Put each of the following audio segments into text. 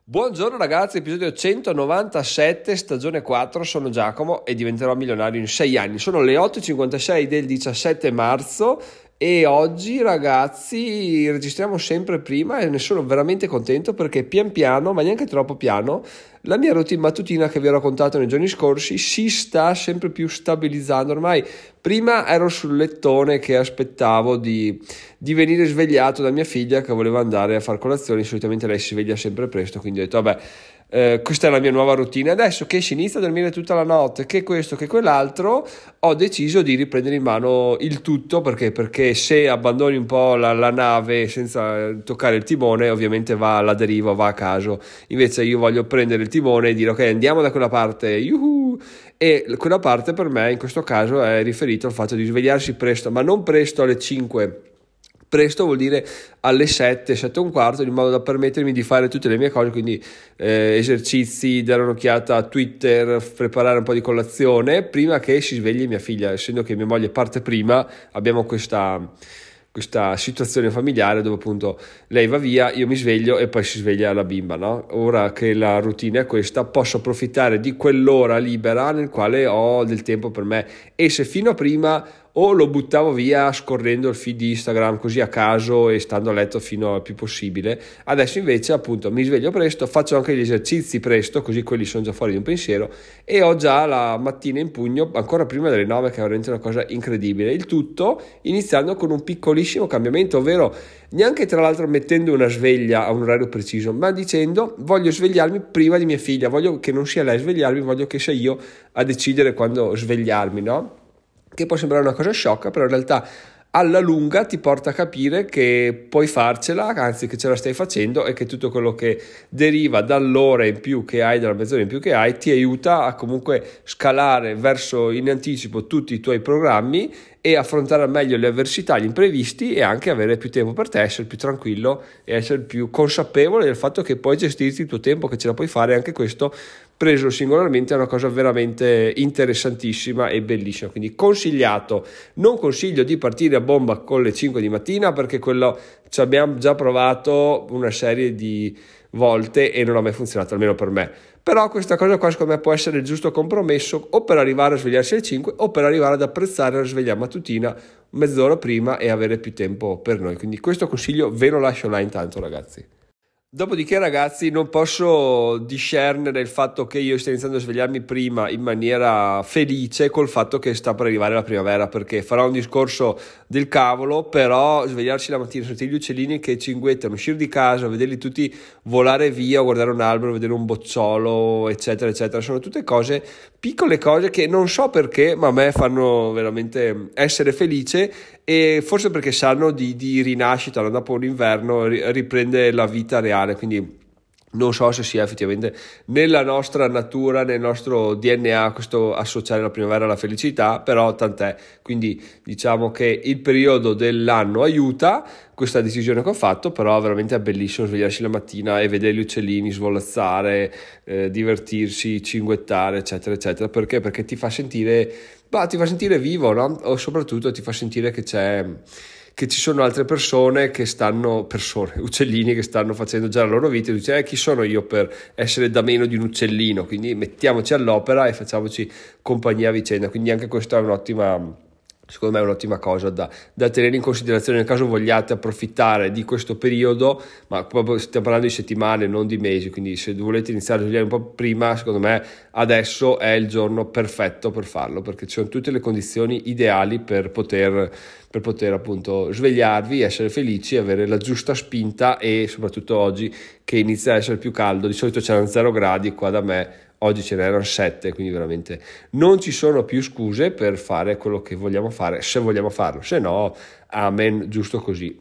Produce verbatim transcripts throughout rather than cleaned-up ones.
Buongiorno ragazzi, episodio centonovantasette, stagione quattro, sono Giacomo e diventerò milionario in sei anni. Sono le otto e cinquantasei del diciassette marzo e oggi ragazzi registriamo sempre prima e ne sono veramente contento perché pian piano, ma neanche troppo piano, la mia routine mattutina che vi ho raccontato nei giorni scorsi si sta sempre più stabilizzando. Ormai prima ero sul lettone che aspettavo di, di venire svegliato da mia figlia che voleva andare a fare colazione. Solitamente lei si sveglia sempre presto, quindi ho detto vabbè, eh, questa è la mia nuova routine. Adesso che si inizia a dormire tutta la notte, che questo, che quell'altro, ho deciso di riprendere in mano il tutto perché, perché se abbandoni un po' la, la nave senza toccare il timone ovviamente va alla deriva, va a caso. Invece io voglio prendere il timone e dire ok, andiamo da quella parte, yuhu! E quella parte per me in questo caso è riferito al fatto di svegliarsi presto, ma non presto alle cinque. Presto vuol dire alle sette, sette e un quarto, in modo da permettermi di fare tutte le mie cose, quindi eh, esercizi, dare un'occhiata a Twitter, preparare un po' di colazione prima che si svegli mia figlia. Essendo che mia moglie parte prima, abbiamo questa questa situazione familiare dove appunto lei va via, io mi sveglio e poi si sveglia la bimba, no? Ora che la routine è questa, posso approfittare di quell'ora libera nel quale ho del tempo per me, e se fino a prima o lo buttavo via scorrendo il feed di Instagram così a caso e stando a letto fino al più possibile, adesso invece appunto mi sveglio presto, faccio anche gli esercizi presto, così quelli sono già fuori di un pensiero, e ho già la mattina in pugno ancora prima delle nove, che è veramente una cosa incredibile. Il tutto iniziando con un piccolissimo cambiamento, ovvero neanche tra l'altro mettendo una sveglia a un orario preciso, ma dicendo voglio svegliarmi prima di mia figlia, voglio che non sia lei a svegliarmi, voglio che sia io a decidere quando svegliarmi, no? Che può sembrare una cosa sciocca, però in realtà alla lunga ti porta a capire che puoi farcela, anzi che ce la stai facendo, e che tutto quello che deriva dall'ora in più che hai, dalla mezz'ora in più che hai, ti aiuta a comunque scalare verso in anticipo tutti i tuoi programmi e affrontare al meglio le avversità, gli imprevisti, e anche avere più tempo per te, essere più tranquillo e essere più consapevole del fatto che puoi gestirti il tuo tempo, che ce la puoi fare. Anche questo preso singolarmente è una cosa veramente interessantissima e bellissima, quindi consigliato. Non consiglio di partire a bomba con le cinque di mattina perché quello ci abbiamo già provato una serie di volte e non ha mai funzionato, almeno per me. Però questa cosa qua secondo me può essere il giusto compromesso, o per arrivare a svegliarsi alle cinque o per arrivare ad apprezzare la sveglia mattutina mezz'ora prima e avere più tempo per noi. Quindi questo consiglio ve lo lascio là intanto, ragazzi. Dopodiché ragazzi non posso discernere il fatto che io stia iniziando a svegliarmi prima in maniera felice col fatto che sta per arrivare la primavera, perché farà un discorso del cavolo, però svegliarsi la mattina, sentire gli uccellini che cinguettano, uscire di casa, vederli tutti volare via, guardare un albero, vedere un bocciolo, eccetera eccetera, sono tutte cose, piccole cose che non so perché, ma a me fanno veramente essere felice, e forse perché sanno di, di rinascita, no? Dopo un inverno riprende la vita reale, quindi non so se sia effettivamente nella nostra natura, nel nostro D N A questo associare la primavera alla felicità, però tant'è. Quindi diciamo che il periodo dell'anno aiuta questa decisione che ho fatto, però veramente è bellissimo svegliarsi la mattina e vedere gli uccellini svolazzare, eh, divertirsi, cinguettare, eccetera eccetera. Perché? Perché ti fa sentire, bah, ti fa sentire vivo, no? O soprattutto ti fa sentire che c'è che ci sono altre persone che stanno, persone, uccellini che stanno facendo già la loro vita, e dice eh, chi sono io per essere da meno di un uccellino, quindi mettiamoci all'opera e facciamoci compagnia a vicenda. Quindi anche questa è un'ottima, secondo me è un'ottima cosa da, da tenere in considerazione nel caso vogliate approfittare di questo periodo, ma proprio stiamo parlando di settimane, non di mesi, quindi se volete iniziare a svegliare un po' prima, secondo me adesso è il giorno perfetto per farlo, perché ci sono tutte le condizioni ideali per poter, per poter appunto svegliarvi, essere felici, avere la giusta spinta, e soprattutto oggi che inizia a essere più caldo, di solito c'erano zero gradi qua da me, oggi ce n'erano sette, quindi veramente non ci sono più scuse per fare quello che vogliamo fare, se vogliamo farlo, se no, amen, giusto così.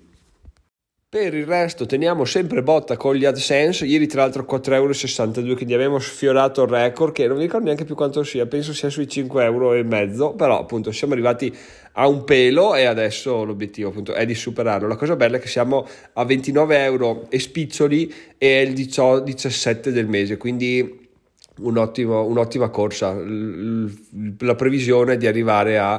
Per il resto teniamo sempre botta con gli AdSense. Ieri tra l'altro quattro virgola sessantadue euro, quindi abbiamo sfiorato il record, che non mi ricordo neanche più quanto sia, penso sia sui cinque euro e mezzo, però appunto siamo arrivati a un pelo e adesso l'obiettivo appunto è di superarlo. La cosa bella è che siamo a ventinove euro e spiccioli e è il diciassette del mese, quindi un ottimo, un'ottima corsa. La previsione è di arrivare a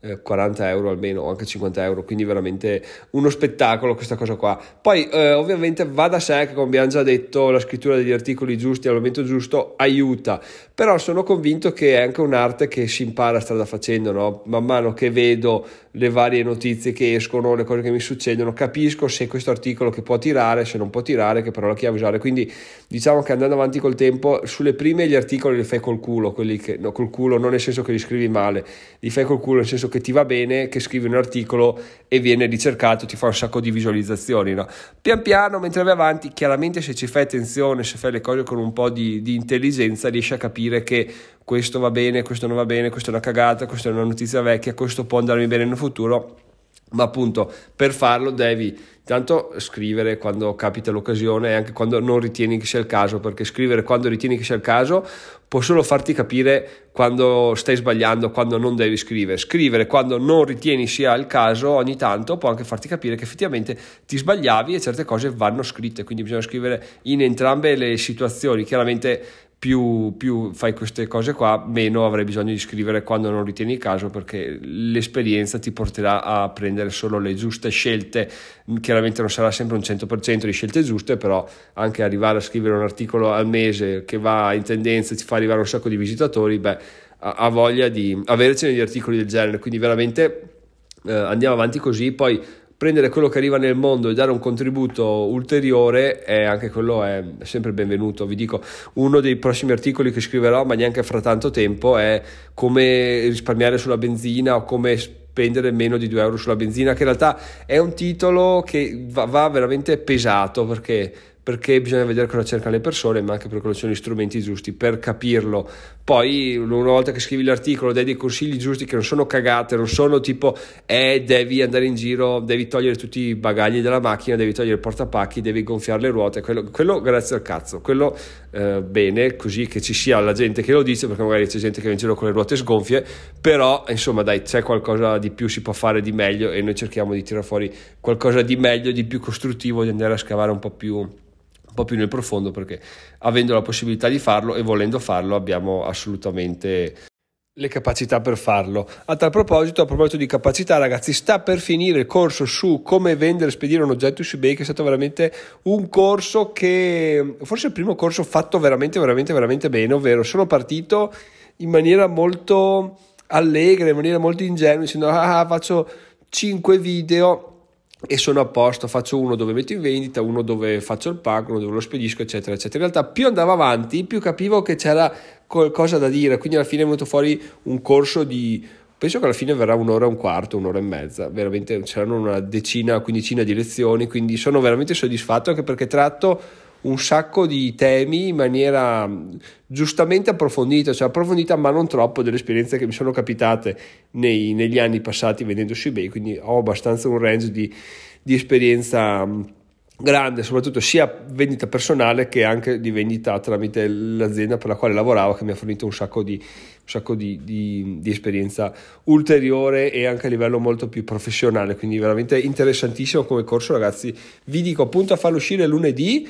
eh, quaranta euro almeno, o anche cinquanta euro, quindi veramente uno spettacolo questa cosa qua. Poi eh, ovviamente va da sé che, come abbiamo già detto, la scrittura degli articoli giusti al momento giusto aiuta, però sono convinto che è anche un'arte che si impara strada facendo, no? Man mano che vedo le varie notizie che escono, le cose che mi succedono, capisco se questo articolo che può tirare, se non può tirare, che parola chiave usare, quindi diciamo che andando avanti col tempo, sulle prime gli articoli li fai col culo, quelli che, no, col culo non nel senso che li scrivi male, li fai col culo nel senso che ti va bene, che scrivi un articolo e viene ricercato, ti fa un sacco di visualizzazioni, no? Pian piano, mentre vai avanti, chiaramente se ci fai attenzione, se fai le cose con un po' di, di intelligenza, riesci a capire che questo va bene, questo non va bene, questa è una cagata, questa è una notizia vecchia, questo può andarmi bene nel futuro, ma appunto per farlo devi tanto scrivere quando capita l'occasione e anche quando non ritieni che sia il caso, perché scrivere quando ritieni che sia il caso può solo farti capire quando stai sbagliando, quando non devi scrivere. Scrivere quando non ritieni sia il caso ogni tanto può anche farti capire che effettivamente ti sbagliavi e certe cose vanno scritte, quindi bisogna scrivere in entrambe le situazioni. Chiaramente più, più fai queste cose qua, meno avrai bisogno di scrivere quando non ritieni il caso, perché l'esperienza ti porterà a prendere solo le giuste scelte. Chiaramente non sarà sempre un cento per cento di scelte giuste, però anche arrivare a scrivere un articolo al mese che va in tendenza e ti fa arrivare un sacco di visitatori, beh, ha, ha voglia di avercene di articoli del genere, quindi veramente eh, andiamo avanti così. Poi prendere quello che arriva nel mondo e dare un contributo ulteriore, è anche quello è sempre benvenuto. Vi dico, uno dei prossimi articoli che scriverò, ma neanche fra tanto tempo, è come risparmiare sulla benzina o come spendere meno di due euro sulla benzina, che in realtà è un titolo che va, va veramente pesato, perché perché bisogna vedere cosa cercano le persone, ma anche perché sono gli strumenti giusti per capirlo. Poi una volta che scrivi l'articolo dai dei consigli giusti che non sono cagate, non sono tipo eh devi andare in giro, devi togliere tutti i bagagli dalla macchina, devi togliere il portapacchi, devi gonfiare le ruote, quello, quello grazie al cazzo, quello eh, bene, così che ci sia la gente che lo dice, perché magari c'è gente che va in giro con le ruote sgonfie, però insomma dai, c'è qualcosa di più, si può fare di meglio e noi cerchiamo di tirare fuori qualcosa di meglio, di più costruttivo, di andare a scavare un po' più un po' più nel profondo, perché avendo la possibilità di farlo e volendo farlo abbiamo assolutamente le capacità per farlo. A tal proposito, a proposito di capacità, ragazzi, sta per finire il corso su come vendere e spedire un oggetto su eBay, che è stato veramente un corso che forse è il primo corso fatto veramente veramente veramente bene, ovvero sono partito in maniera molto allegra, in maniera molto ingenua, dicendo ah faccio cinque video e sono a posto, faccio uno dove metto in vendita, uno dove faccio il pack, uno dove lo spedisco, eccetera eccetera. In realtà più andavo avanti, più capivo che c'era qualcosa da dire, quindi alla fine è venuto fuori un corso di, penso che alla fine verrà un'ora e un quarto, un'ora e mezza, veramente c'erano una decina, quindicina di lezioni, quindi sono veramente soddisfatto, anche perché tratto un sacco di temi in maniera giustamente approfondita, cioè approfondita ma non troppo, delle esperienze che mi sono capitate nei, negli anni passati vendendo su eBay, quindi ho abbastanza un range di, di esperienza grande, soprattutto sia vendita personale che anche di vendita tramite l'azienda per la quale lavoravo, che mi ha fornito un sacco di, un sacco di, di, di esperienza ulteriore e anche a livello molto più professionale, quindi veramente interessantissimo come corso, ragazzi. Vi dico appunto a farlo uscire lunedì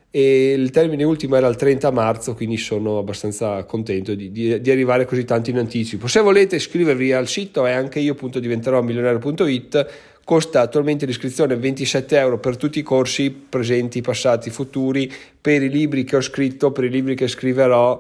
e il termine ultimo era il trenta marzo, quindi sono abbastanza contento di, di, di arrivare così tanto in anticipo. Se volete iscrivervi al sito è anche io punto diventerò milionario punto it. Costa attualmente l'iscrizione ventisette euro per tutti i corsi presenti, passati, futuri, per i libri che ho scritto, per i libri che scriverò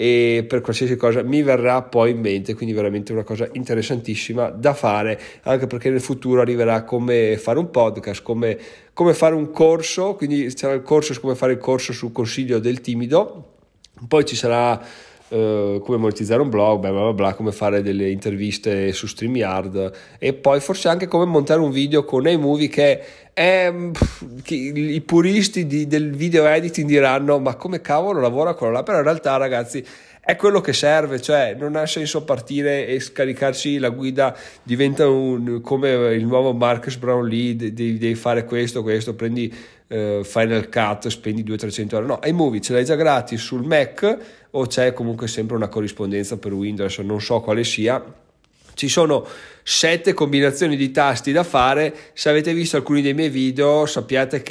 e per qualsiasi cosa mi verrà poi in mente, quindi veramente una cosa interessantissima da fare, anche perché nel futuro arriverà come fare un podcast, come, come fare un corso, quindi c'era il corso su come fare il corso sul consiglio del timido, poi ci sarà Uh, come monetizzare un blog, blah, blah, blah, come fare delle interviste su StreamYard e poi forse anche come montare un video con iMovie, che è pff, che i puristi di, del video editing diranno ma come cavolo lavora quello là, però in realtà ragazzi è quello che serve, cioè non ha senso partire e scaricarsi la guida, diventa un, come il nuovo Marcus Brownlee, devi, devi fare questo, questo, prendi uh, Final Cut, spendi duecento trecento euro, no, iMovie ce l'hai già gratis sul Mac o c'è comunque sempre una corrispondenza per Windows, non so quale sia. Ci sono sette combinazioni di tasti da fare, se avete visto alcuni dei miei video sappiate che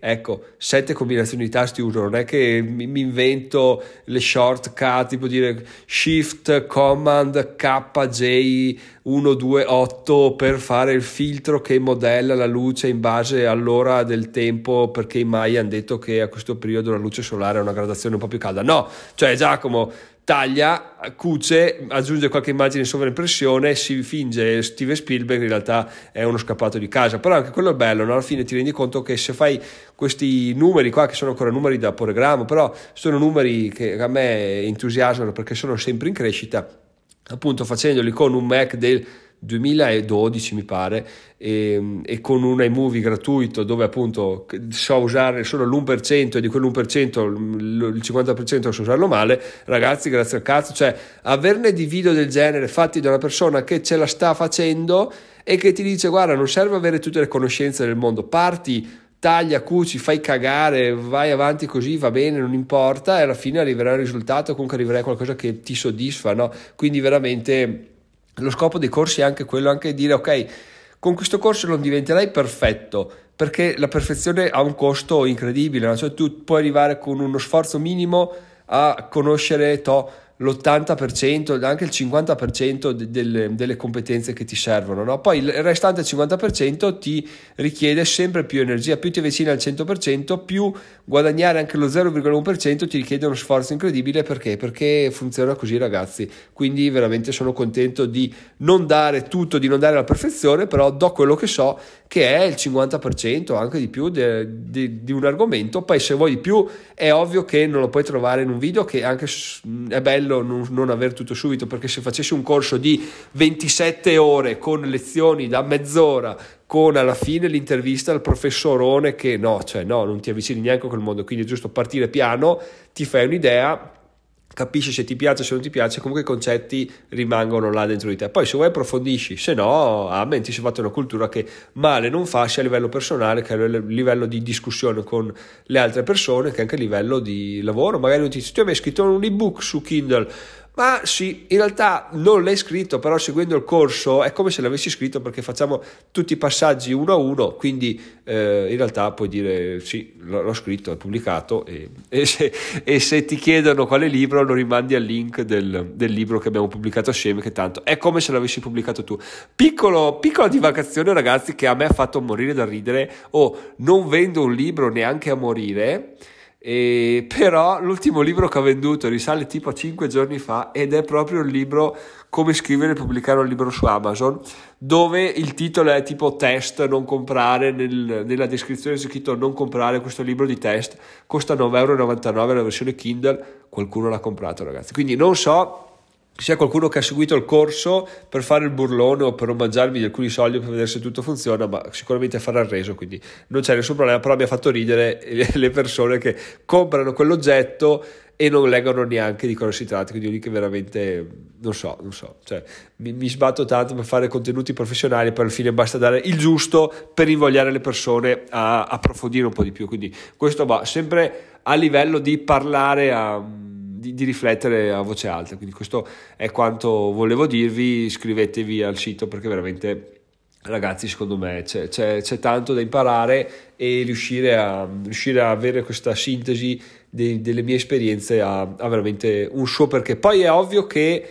ecco, sette combinazioni di tasti uso, non è che mi, mi invento le shortcut, tipo dire shift command K J uno due otto per fare il filtro che modella la luce in base all'ora del tempo, perché i Maya hanno detto che a questo periodo la luce solare ha una gradazione un po' più calda. No, cioè Giacomo taglia, cuce, aggiunge qualche immagine in sovraimpressione, si finge Steven Spielberg, in realtà è uno scappato di casa. Però anche quello è bello, no? Alla fine ti rendi conto che se fai questi numeri qua, che sono ancora numeri da programma, però sono numeri che a me entusiasmano perché sono sempre in crescita, appunto facendoli con un Mac del duemiladodici mi pare, e, e con un iMovie gratuito dove appunto so usare solo l'uno per cento e di quell'uno per cento il cinquanta per cento so usarlo male. Ragazzi, grazie al cazzo, cioè averne di video del genere fatti da una persona che ce la sta facendo e che ti dice guarda, non serve avere tutte le conoscenze del mondo, parti, taglia, cuci, fai cagare, vai avanti così, va bene, non importa, e alla fine arriverà il risultato, comunque arriverà qualcosa che ti soddisfa, no? Quindi veramente lo scopo dei corsi è anche quello, anche dire ok, con questo corso non diventerai perfetto, perché la perfezione ha un costo incredibile, no? Cioè tu puoi arrivare con uno sforzo minimo a conoscere to, l'ottanta per cento, anche il cinquanta per cento de- delle, delle competenze che ti servono, no? Poi il restante cinquanta per cento ti richiede sempre più energia, più ti avvicini al cento per cento, più guadagnare anche lo zero virgola uno per cento ti richiede uno sforzo incredibile. Perché? Perché funziona così, ragazzi. Quindi veramente sono contento di non dare tutto, di non dare la perfezione, però do quello che so, che è il cinquanta per cento, anche di più de, de, di un argomento. Poi se vuoi di più è ovvio che non lo puoi trovare in un video, che anche è bello non, non aver tutto subito, perché se facessi un corso di ventisette ore con lezioni da mezz'ora, con alla fine l'intervista al professorone, che no, cioè no, non ti avvicini neanche a quel mondo. Quindi è giusto partire piano, ti fai un'idea, capisci se ti piace, se non ti piace, comunque i concetti rimangono là dentro di te. Poi se vuoi approfondisci, se no, amen, ti sei fatto una cultura che male non fa, sia a livello personale che a livello di discussione con le altre persone, che anche a livello di lavoro. Magari non ti dici, tu hai mai scritto un ebook su Kindle? Ma sì, in realtà non l'hai scritto, però seguendo il corso è come se l'avessi scritto, perché facciamo tutti i passaggi uno a uno, quindi eh, in realtà puoi dire sì, l'ho scritto, è pubblicato, e, e, se, e se ti chiedono quale libro lo rimandi al link del, del libro che abbiamo pubblicato assieme, che tanto è come se l'avessi pubblicato tu. Piccolo, piccola divagazione, ragazzi, che a me ha fatto morire da ridere. Oh, non vendo un libro neanche a morire, E però l'ultimo libro che ho venduto risale tipo a cinque giorni fa, ed è proprio il libro Come scrivere e pubblicare un libro su Amazon, dove il titolo è tipo test, non comprare, nel, nella descrizione c'è scritto non comprare questo libro di test, costa nove virgola novantanove euro la versione Kindle. Qualcuno l'ha comprato, ragazzi, quindi non so se c'è qualcuno che ha seguito il corso per fare il burlone o per non mangiarmi di alcuni soldi per vedere se tutto funziona, ma sicuramente farà il reso, quindi non c'è nessun problema. Però mi ha fatto ridere le persone che comprano quell'oggetto e non leggono neanche di cosa si tratta, quindi lì che veramente non so, non so, cioè mi, mi sbatto tanto per fare contenuti professionali, poi alla fine basta dare il giusto per invogliare le persone a approfondire un po' di più. Quindi questo va sempre a livello di parlare a Di, di riflettere a voce alta. Quindi questo è quanto volevo dirvi. Iscrivetevi al sito, perché veramente, ragazzi, secondo me c'è, c'è, c'è tanto da imparare, e riuscire a, riuscire a avere questa sintesi de, delle mie esperienze ha, ha veramente un suo perché. Poi è ovvio che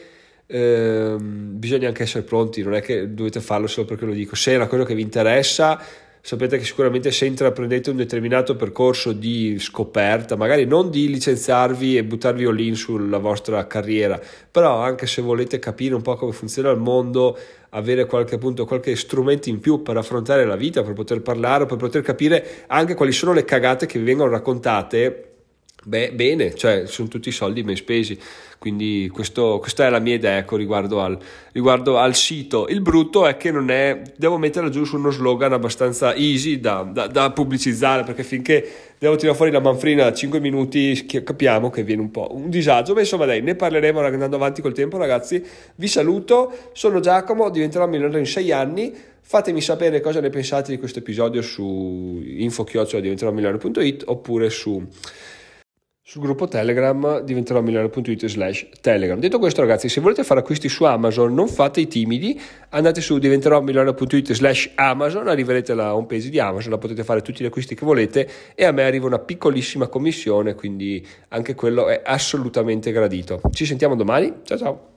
ehm, bisogna anche essere pronti, non è che dovete farlo solo perché lo dico. Se è una cosa che vi interessa, sapete che sicuramente se intraprendete un determinato percorso di scoperta, magari non di licenziarvi e buttarvi all-in sulla vostra carriera, però anche se volete capire un po' come funziona il mondo, avere qualche appunto qualche strumento in più per affrontare la vita, per poter parlare, per poter capire anche quali sono le cagate che vi vengono raccontate, beh, bene, cioè sono tutti soldi ben spesi. Quindi questo, questa è la mia idea, ecco, riguardo al, riguardo al sito. Il brutto è che non è, devo metterla giù su uno slogan abbastanza easy da, da, da pubblicizzare, perché finché devo tirare fuori la manfrina a cinque minuti capiamo che viene un po' un disagio. Ma insomma dai, ne parleremo andando avanti col tempo, ragazzi. Vi saluto, sono Giacomo, diventerò milionario in sei anni. Fatemi sapere cosa ne pensate di questo episodio su info chiocciola diventerò milionario punto it, oppure su sul gruppo Telegram diventerò milionario punto it slash Telegram. Detto questo, ragazzi, se volete fare acquisti su Amazon, non fate i timidi, andate su diventerò milionario punto it slash Amazon, arriverete alla home page di Amazon, la potete fare tutti gli acquisti che volete e a me arriva una piccolissima commissione, quindi anche quello è assolutamente gradito. Ci sentiamo domani, ciao ciao!